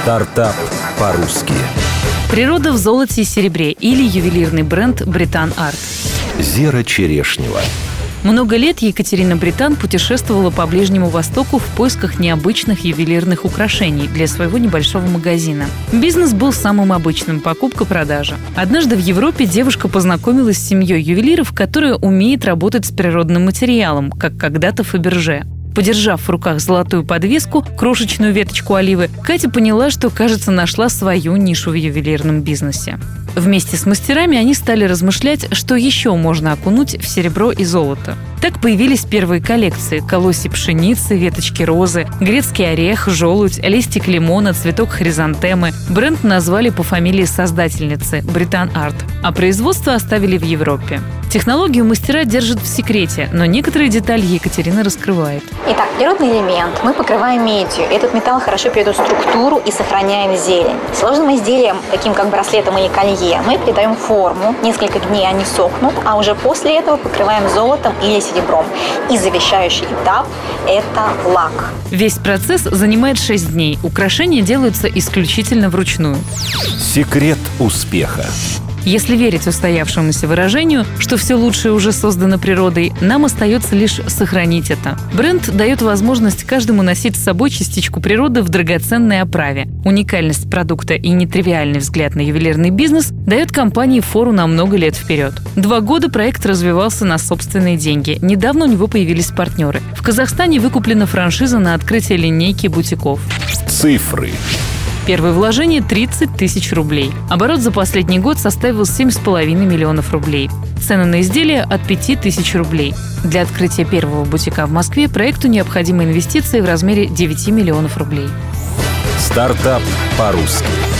Стартап по-русски. Природа в золоте и серебре или ювелирный бренд «Британ Арт». Зера Черешнева. Много лет Екатерина Британ путешествовала по Ближнему Востоку в поисках необычных ювелирных украшений для своего небольшого магазина. Бизнес был самым обычным – покупка-продажа. Однажды в Европе девушка познакомилась с семьей ювелиров, которая умеет работать с природным материалом, как когда-то Фаберже. Подержав в руках золотую подвеску, крошечную веточку оливы, Катя поняла, что, кажется, нашла свою нишу в ювелирном бизнесе. Вместе с мастерами они стали размышлять, что еще можно окунуть в серебро и золото. Так появились первые коллекции – колосья пшеницы, веточки розы, грецкий орех, желудь, листик лимона, цветок хризантемы. Бренд назвали по фамилии создательницы – Британ Арт, а производство оставили в Европе. Технологию мастера держат в секрете, но некоторые детали Екатерина раскрывает. Итак, природный элемент мы покрываем медью. Этот металл хорошо передает структуру и сохраняем зелень. Сложным изделиям, таким как браслетом или колье, мы придаем форму. Несколько дней они сохнут, а уже после этого покрываем золотом или серебром. И завершающий этап – это лак. Весь процесс занимает 6 дней. Украшения делаются исключительно вручную. Секрет успеха. Если верить устоявшемуся выражению, что все лучшее уже создано природой, нам остается лишь сохранить это. Бренд дает возможность каждому носить с собой частичку природы в драгоценной оправе. Уникальность продукта и нетривиальный взгляд на ювелирный бизнес дает компании фору на много лет вперед. 2 года проект развивался на собственные деньги. Недавно у него появились партнеры. В Казахстане выкуплена франшиза на открытие линейки бутиков. Цифры. Первое вложение – 30 тысяч рублей. Оборот за последний год составил 7,5 миллионов рублей. Цена на изделия – от 5 тысяч рублей. Для открытия первого бутика в Москве проекту необходимы инвестиции в размере 9 миллионов рублей. Стартап по-русски.